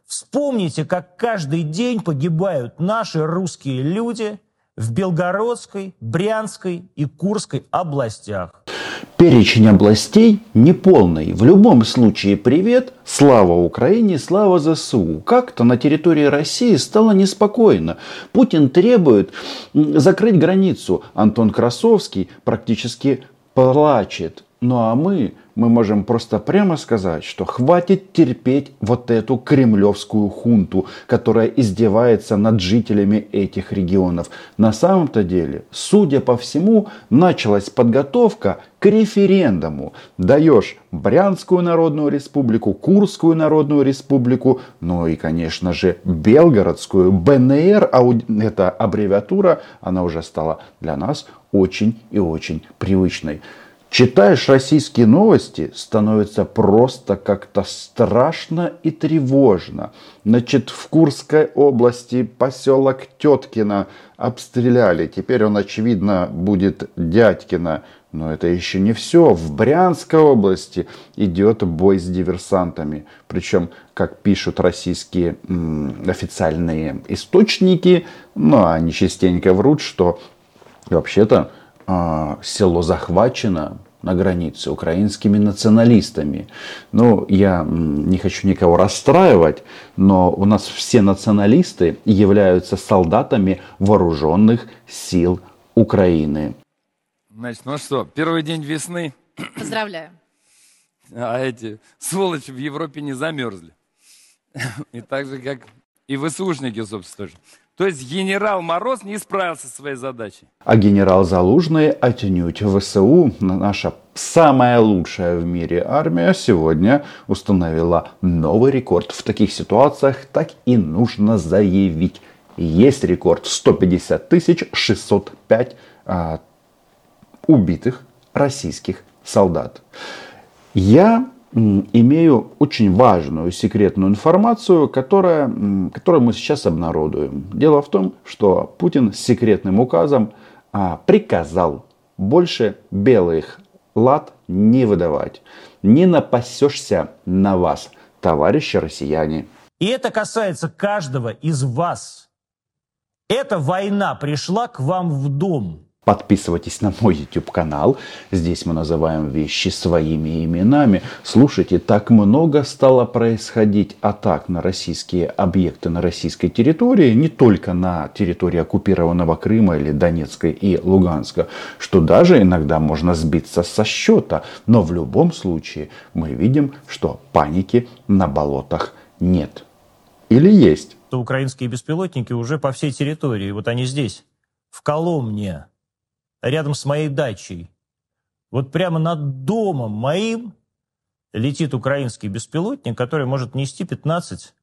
Вспомните, как каждый день погибают наши русские люди в Белгородской, Брянской и Курской областях. Перечень областей неполный. В любом случае привет, слава Украине, слава ЗСУ. Как-то на территории России стало неспокойно. Путин требует закрыть границу. Антон Красовский практически плачет. Ну а мы можем просто прямо сказать, что хватит терпеть вот эту кремлевскую хунту, которая издевается над жителями этих регионов. На самом-то деле, судя по всему, началась подготовка к референдуму. Даешь Брянскую Народную Республику, Курскую Народную Республику, ну и, конечно же, Белгородскую, БНР, эта аббревиатура, она уже стала для нас очень и очень привычной. Читаешь российские новости, становится просто как-то страшно и тревожно. Значит, в Курской области поселок Теткино обстреляли. Теперь он, очевидно, будет Дядькино. Но это еще не все. В Брянской области идет бой с диверсантами. Причем, как пишут российские официальные источники, но они частенько врут, что вообще-то село захвачено на границе украинскими националистами. Ну, я не хочу никого расстраивать, но у нас все националисты являются солдатами вооруженных сил Украины. Значит, ну что, первый день весны. Поздравляю. А эти сволочи в Европе не замерзли. И так же, как и ВСУшники, собственно, тоже. То есть генерал Мороз не справился со своей задачей. А генерал Залужный отнюдь. ВСУ, наша самая лучшая в мире армия, сегодня установила новый рекорд. В таких ситуациях так и нужно заявить. Есть рекорд: 150 605 убитых российских солдат. Я имею очень важную секретную информацию, которую мы сейчас обнародуем. Дело в том, что Путин с секретным указом приказал больше белых лад не выдавать. Не напасешься на вас, товарищи россияне. И это касается каждого из вас. Эта война пришла к вам в дом. Подписывайтесь на мой YouTube канал. Здесь мы называем вещи своими именами. Слушайте, так много стало происходить атак на российские объекты на российской территории, не только на территории оккупированного Крыма или Донецка и Луганска, что даже иногда можно сбиться со счета. Но в любом случае мы видим, что паники на болотах нет. Или есть? То украинские беспилотники уже по всей территории. Вот они здесь, в Коломне, рядом с моей дачей. Вот прямо над домом моим летит украинский беспилотник, который может нести 15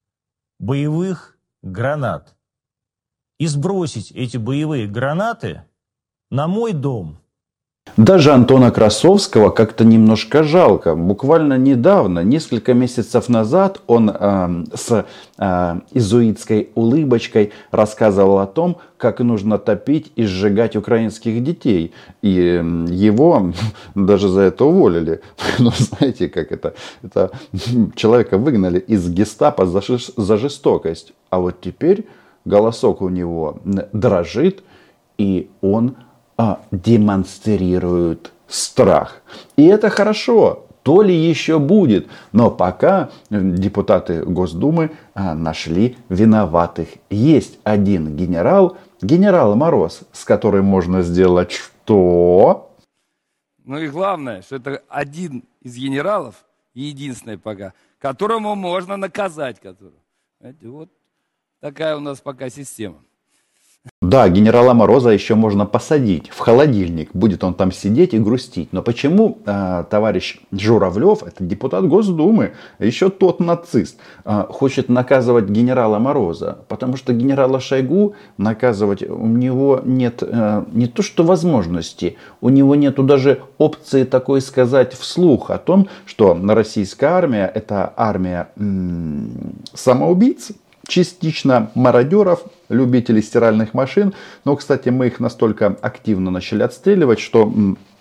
боевых гранат. И сбросить эти боевые гранаты на мой дом. Даже Антона Красовского как-то немножко жалко. Буквально недавно, несколько месяцев назад, он с изуитской улыбочкой рассказывал о том, как нужно топить и сжигать украинских детей. И его даже за это уволили. Ну, знаете, как это? Человека выгнали из гестапо за жестокость. А вот теперь голосок у него дрожит, и он демонстрируют страх. И это хорошо. То ли еще будет. Но пока депутаты Госдумы нашли виноватых. Есть один генерал Мороз, с которым можно сделать что? Ну и главное, что это один из генералов, единственный пока, которому можно наказать. Знаете, вот такая у нас пока система. Да, генерала Мороза еще можно посадить в холодильник. Будет он там сидеть и грустить. Но почему товарищ Журавлев, это депутат Госдумы, еще тот нацист, хочет наказывать генерала Мороза? Потому что генерала Шойгу наказывать у него нет не то что возможности, у него нету даже опции такой сказать вслух о том, что российская армия это армия самоубийц. Частично мародеров, любителей стиральных машин. Но, кстати, мы их настолько активно начали отстреливать, что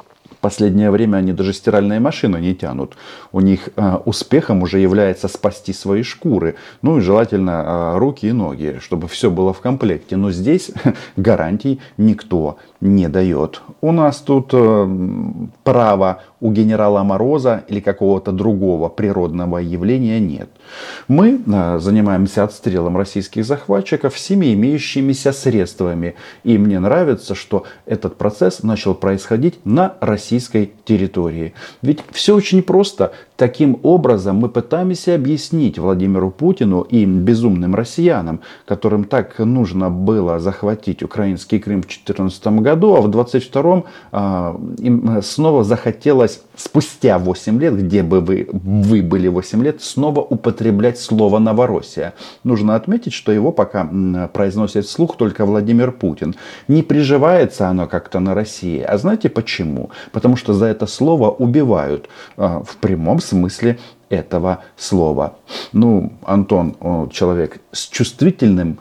последнее время они даже стиральные машины не тянут. У них успехом уже является спасти свои шкуры. Ну и желательно руки и ноги, чтобы все было в комплекте. Но здесь гарантий никто не дает. У нас тут права у генерала Мороза или какого-то другого природного явления нет. Мы занимаемся отстрелом российских захватчиков всеми имеющимися средствами. И мне нравится, что этот процесс начал происходить на российской территории. Ведь все очень просто. Таким образом мы пытаемся объяснить Владимиру Путину и безумным россиянам, которым так нужно было захватить украинский Крым в 2014 году, а в 2022 им снова захотелось спустя 8 лет, где бы вы были 8 лет, снова употреблять слово «Новороссия». Нужно отметить, что его пока произносит вслух только Владимир Путин. Не приживается оно как-то на России. А знаете почему? Потому что за это слово убивают в прямом смысле этого слова. Ну, Антон, он человек с чувствительной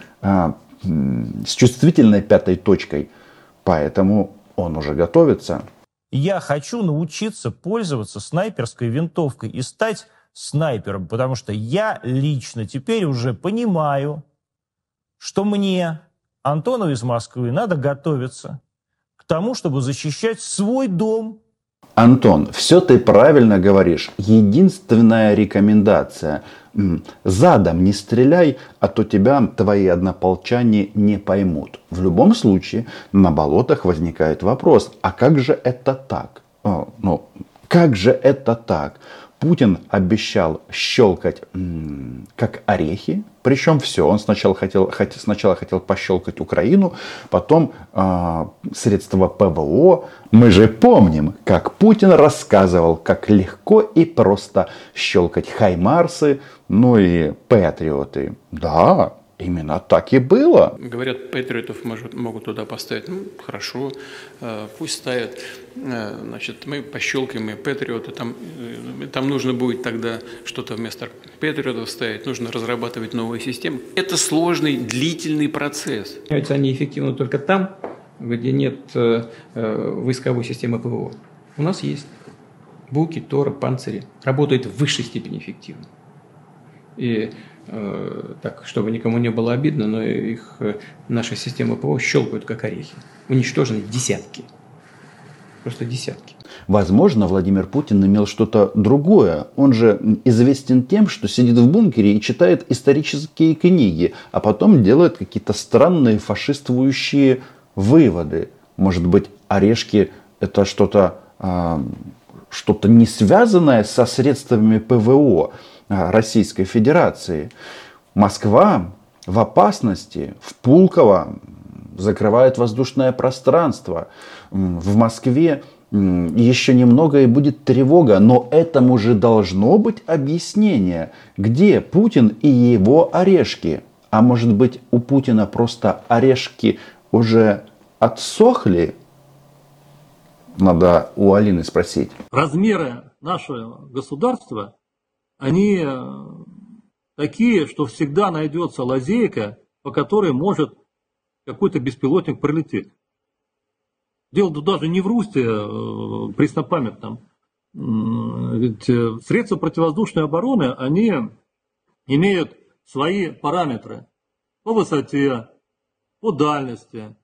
пятой точкой, поэтому он уже готовится. Я хочу научиться пользоваться снайперской винтовкой и стать снайпером, потому что я лично теперь уже понимаю, что мне, Антону из Москвы, надо готовиться к тому, чтобы защищать свой дом. Антон, все ты правильно говоришь. Единственная рекомендация: задом не стреляй, а то тебя твои однополчане не поймут. В любом случае, на болотах возникает вопрос: а как же это так? Как же это так? Путин обещал щелкать как орехи. Причем все. Он сначала хотел пощелкать Украину, потом средства ПВО. Мы же помним, как Путин рассказывал, как легко и просто щелкать хаймарсы, ну и патриоты. Да, именно так и было. Говорят, патриотов могут туда поставить. Ну, хорошо, пусть ставят. Значит, мы пощелкаем и патриоты. Там нужно будет тогда что-то вместо патриотов ставить. Нужно разрабатывать новые системы. Это сложный, длительный процесс. Они эффективны только там, где нет войсковой системы ПВО. У нас есть Буки, Торы, Панцири. Работают в высшей степени эффективно. И так, чтобы никому не было обидно, но их наши системы ПВО щелкают как орехи. Уничтожены десятки. Просто десятки. Возможно, Владимир Путин имел что-то другое. Он же известен тем, что сидит в бункере и читает исторические книги, а потом делает какие-то странные фашистующие выводы. Может быть, орешки — это что-то не связанное со средствами ПВО Российской Федерации. Москва в опасности, в Пулково закрывает воздушное пространство. В Москве еще немного и будет тревога, но этому же должно быть объяснение. Где Путин и его орешки? А может быть, у Путина просто орешки уже отсохли? Надо у Алины спросить. Размеры нашего государства, они такие, что всегда найдется лазейка, по которой может какой-то беспилотник прилететь. Дело тут даже не в русте преснопамятном. Ведь средства противовоздушной обороны, они имеют свои параметры по высоте, по дальности.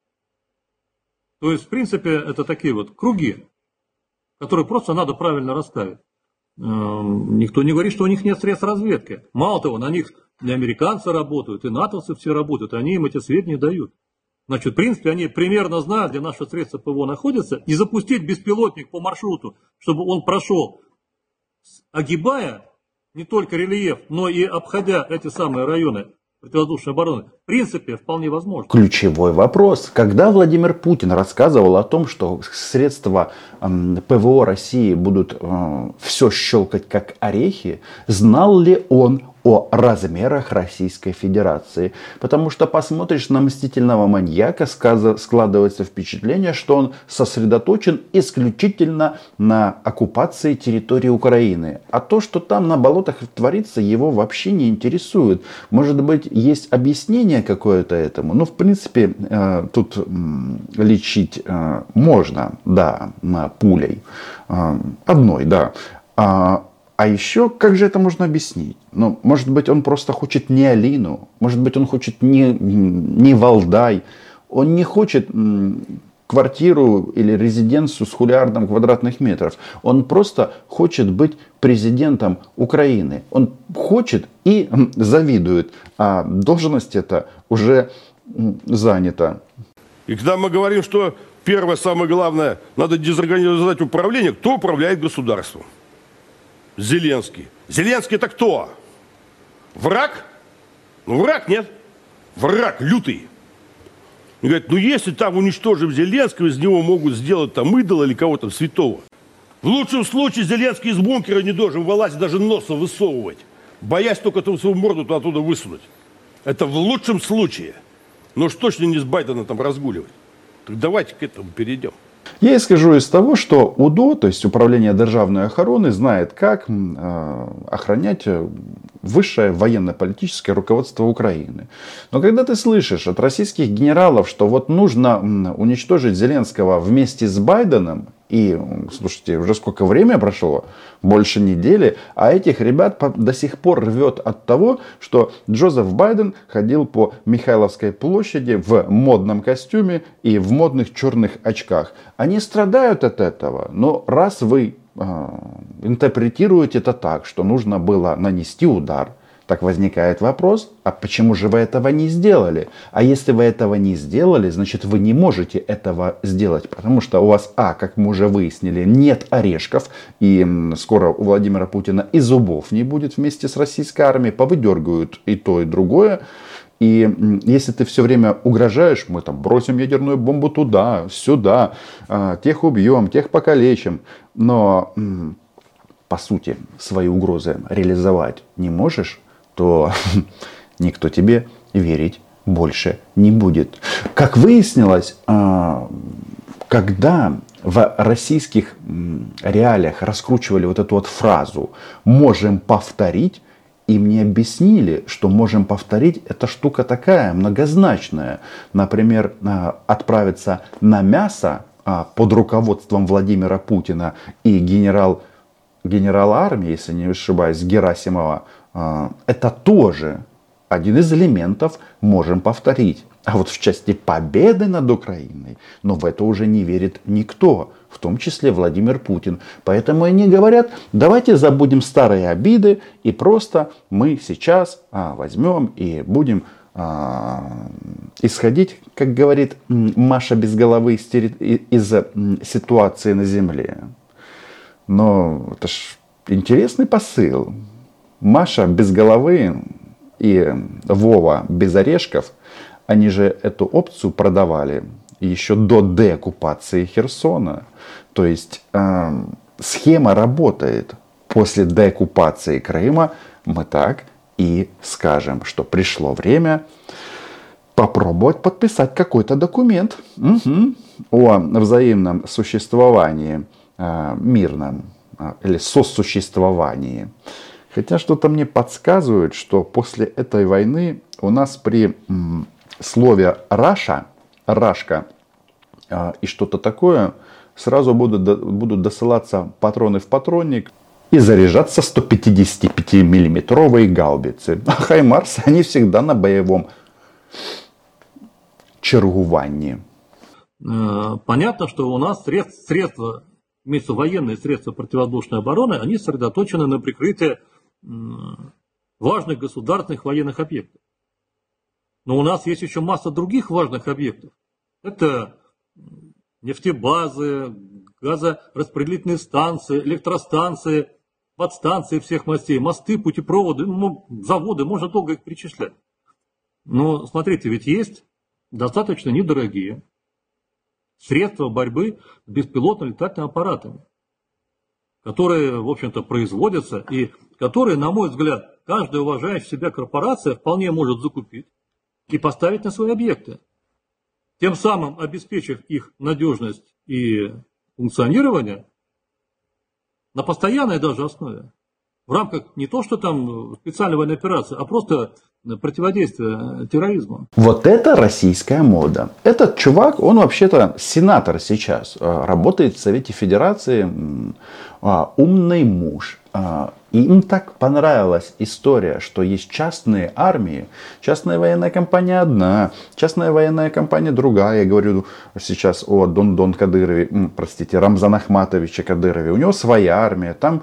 То есть, в принципе, это такие вот круги, которые просто надо правильно расставить. Никто не говорит, что у них нет средств разведки. Мало того, на них и американцы работают, и натовцы все работают, они им эти сведения дают. Значит, в принципе, они примерно знают, где наши средства ПВО находятся, и запустить беспилотник по маршруту, чтобы он прошел, огибая не только рельеф, но и обходя эти самые районы противовоздушной обороны, в принципе, вполне возможно. Ключевой вопрос. Когда Владимир Путин рассказывал о том, что средства ПВО России будут все щелкать как орехи, знал ли он о размерах Российской Федерации. Потому что посмотришь на мстительного маньяка, складывается впечатление, что он сосредоточен исключительно на оккупации территории Украины. А то, что там на болотах творится, его вообще не интересует. Может быть, есть объяснение какое-то этому? Ну, в принципе, тут лечить можно, да, пулей. Одной, да. А еще, как же это можно объяснить? Ну, может быть, он просто хочет не Алину, может быть, он хочет не Валдай, он не хочет квартиру или резиденцию с хулиардом квадратных метров. Он просто хочет быть президентом Украины. Он хочет и завидует, а должность эта уже занята. И когда мы говорим, что первое, самое главное, надо дезорганизовать управление, кто управляет государством? Зеленский. Зеленский это кто? Враг? Ну, враг, нет? Враг лютый. Он говорит, ну если там уничтожим Зеленского, из него могут сделать там идола или кого-то святого. В лучшем случае Зеленский из бункера не должен вылазить, даже носа высовывать, боясь только свою морду оттуда высунуть. Это в лучшем случае. Но уж точно не с Байдена там разгуливать. Так давайте к этому перейдем. Я исхожу из того, что УДО, то есть Управление державной охраны, знает, как охранять высшее военно-политическое руководство Украины. Но когда ты слышишь от российских генералов, что вот нужно уничтожить Зеленского вместе с Байденом, и, слушайте, уже сколько времени прошло, больше недели, а этих ребят до сих пор рвет от того, что Джозеф Байден ходил по Михайловской площади в модном костюме и в модных черных очках. Они страдают от этого, но раз вы интерпретируете это так, что нужно было нанести удар, так возникает вопрос, а почему же вы этого не сделали? А если вы этого не сделали, значит вы не можете этого сделать, потому что у вас, как мы уже выяснили, нет орешков, и скоро у Владимира Путина и зубов не будет вместе с российской армией, повыдергивают и то, и другое. И если ты все время угрожаешь, мы там бросим ядерную бомбу туда, сюда, тех убьем, тех покалечим, но по сути свои угрозы реализовать не можешь, то никто тебе верить больше не будет. Как выяснилось, когда в российских реалиях раскручивали вот эту вот фразу «можем повторить», им не объяснили, что можем повторить, эта штука такая многозначная. Например, отправиться на мясо под руководством Владимира Путина и генерала армии, если не ошибаюсь, Герасимова, это тоже один из элементов «можем повторить». А вот в части победы над Украиной, но в это уже не верит никто, в том числе Владимир Путин. Поэтому они говорят, давайте забудем старые обиды и просто мы сейчас возьмем и будем исходить, как говорит Маша без головы, из ситуации на земле. Но это ж интересный посыл. Маша без головы и Вова без орешков, они же эту опцию продавали еще до деоккупации Херсона. То есть схема работает. После деоккупации Крыма мы так и скажем, что пришло время попробовать подписать какой-то документ о взаимном существовании мирном или сосуществовании. Хотя что-то мне подсказывает, что после этой войны у нас при слове «рашка» и что-то такое сразу будут досылаться патроны в патронник и заряжаться 155-миллиметровые гаубицы. А хаймарсы, они всегда на боевом чергувании. Понятно, что у нас средства, имеются военные средства противовоздушной обороны, они сосредоточены на прикрытии важных государственных военных объектов. Но у нас есть еще масса других важных объектов. Это нефтебазы, газораспределительные станции, электростанции, подстанции всех мастей, мосты, путепроводы, заводы, можно долго их перечислять. Но смотрите, ведь есть достаточно недорогие средства борьбы с беспилотными летательными аппаратами, которые, в общем-то, производятся и которые, на мой взгляд, каждая уважающая себя корпорация вполне может закупить и поставить на свои объекты, тем самым обеспечив их надежность и функционирование на постоянной даже основе, в рамках не то, что там специальной военной операции, а просто противодействия терроризму. Вот это российская мода. Этот чувак, он вообще-то сенатор сейчас, работает в Совете Федерации, умный муж. И им так понравилась история, что есть частные армии, частная военная компания одна, частная военная компания другая. Я говорю сейчас о Дон Кадырове, простите, Рамзан Ахматовиче Кадырове. У него своя армия, там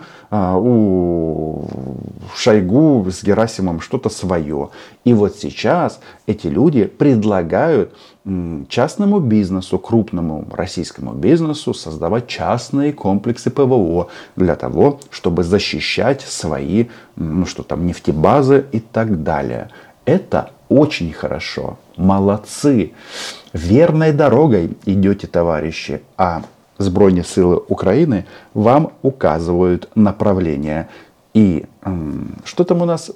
у Шойгу с Герасимом что-то свое. И вот сейчас эти люди предлагают частному бизнесу, крупному российскому бизнесу создавать частные комплексы ПВО для того, чтобы защищать свои, нефтебазы и так далее. Это очень хорошо. Молодцы. Верной дорогой идете, товарищи. А Збройные силы Украины вам указывают направление. И что там у нас?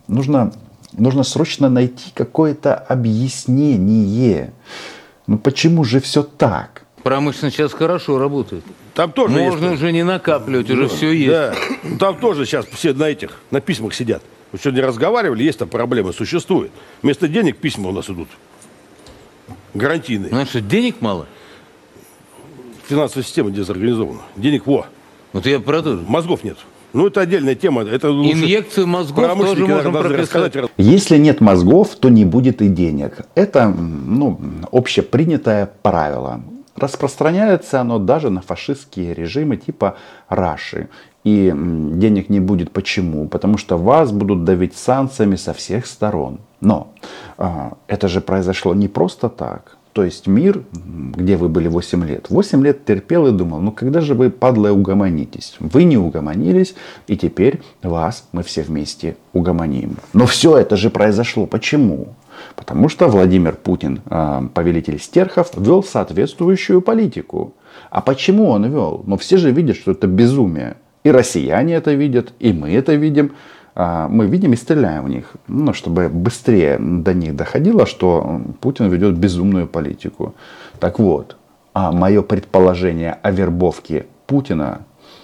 Нужно срочно найти какое-то объяснение. Почему же все так? Промышленность сейчас хорошо работает. Там тоже можно есть, уже не накапливать, уже все есть. Да, там тоже сейчас все на письмах сидят. Мы сегодня разговаривали, есть там проблемы, существуют. Вместо денег письма у нас идут. Гарантийные. Значит, денег мало? Финансовая система дезорганизована. Денег Вот я про то же. Мозгов нет. Это отдельная тема. Это инъекцию мозгов тоже можем прописать. Если нет мозгов, то не будет и денег. Это общепринятое правило. Распространяется оно даже на фашистские режимы типа Раши. И денег не будет. Почему? Потому что вас будут давить санкциями со всех сторон. Но это же произошло не просто так. То есть мир, где вы были 8 лет, 8 лет терпел и думал, когда же вы, падлы, угомонитесь? Вы не угомонились, и теперь вас мы все вместе угомоним. Но все это же произошло. Почему? Потому что Владимир Путин, повелитель стерхов, вел соответствующую политику. А почему он вел? Все же видят, что это безумие. И россияне это видят, и мы это видим. Мы видим и стреляем в них, чтобы быстрее до них доходило, что Путин ведет безумную политику. Так вот, мое предположение о вербовке Путина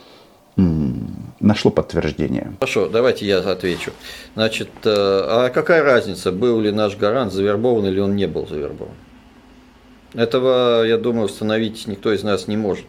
нашло подтверждение. Хорошо, давайте я отвечу. Значит, а какая разница, был ли наш гарант завербован или он не был завербован? Этого, я думаю, установить никто из нас не может.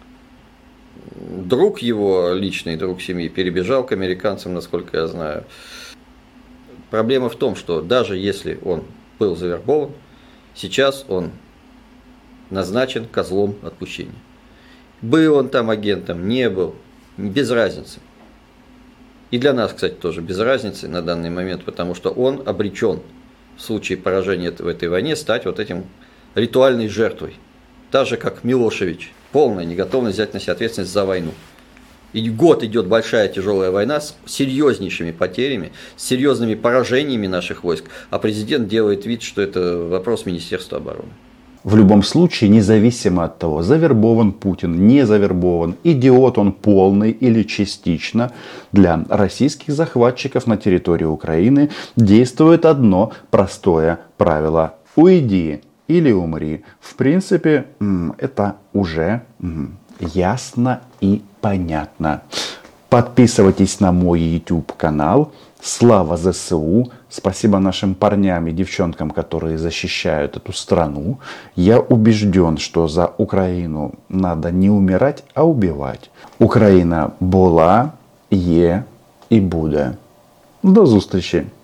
Друг его, личный друг семьи, перебежал к американцам, насколько я знаю. Проблема в том, что даже если он был завербован, сейчас он назначен козлом отпущения. Был он там агентом, не был, без разницы. И для нас, кстати, тоже без разницы на данный момент, потому что он обречен в случае поражения в этой войне стать вот этим ритуальной жертвой. Так же, как Милошевич. Полная неготовность взять на себя ответственность за войну. И год идет большая тяжелая война с серьезнейшими потерями, с серьезными поражениями наших войск, а президент делает вид, что это вопрос Министерства обороны. В любом случае, независимо от того, завербован Путин, не завербован, идиот он полный или частично, для российских захватчиков на территории Украины действует одно простое правило: уйди или умри. В принципе, это уже ясно и понятно. Подписывайтесь на мой YouTube канал. Слава ЗСУ. Спасибо нашим парням и девчонкам, которые защищают эту страну. Я убежден, что за Украину надо не умирать, а убивать. Украина була, є і буде. До зустрічі.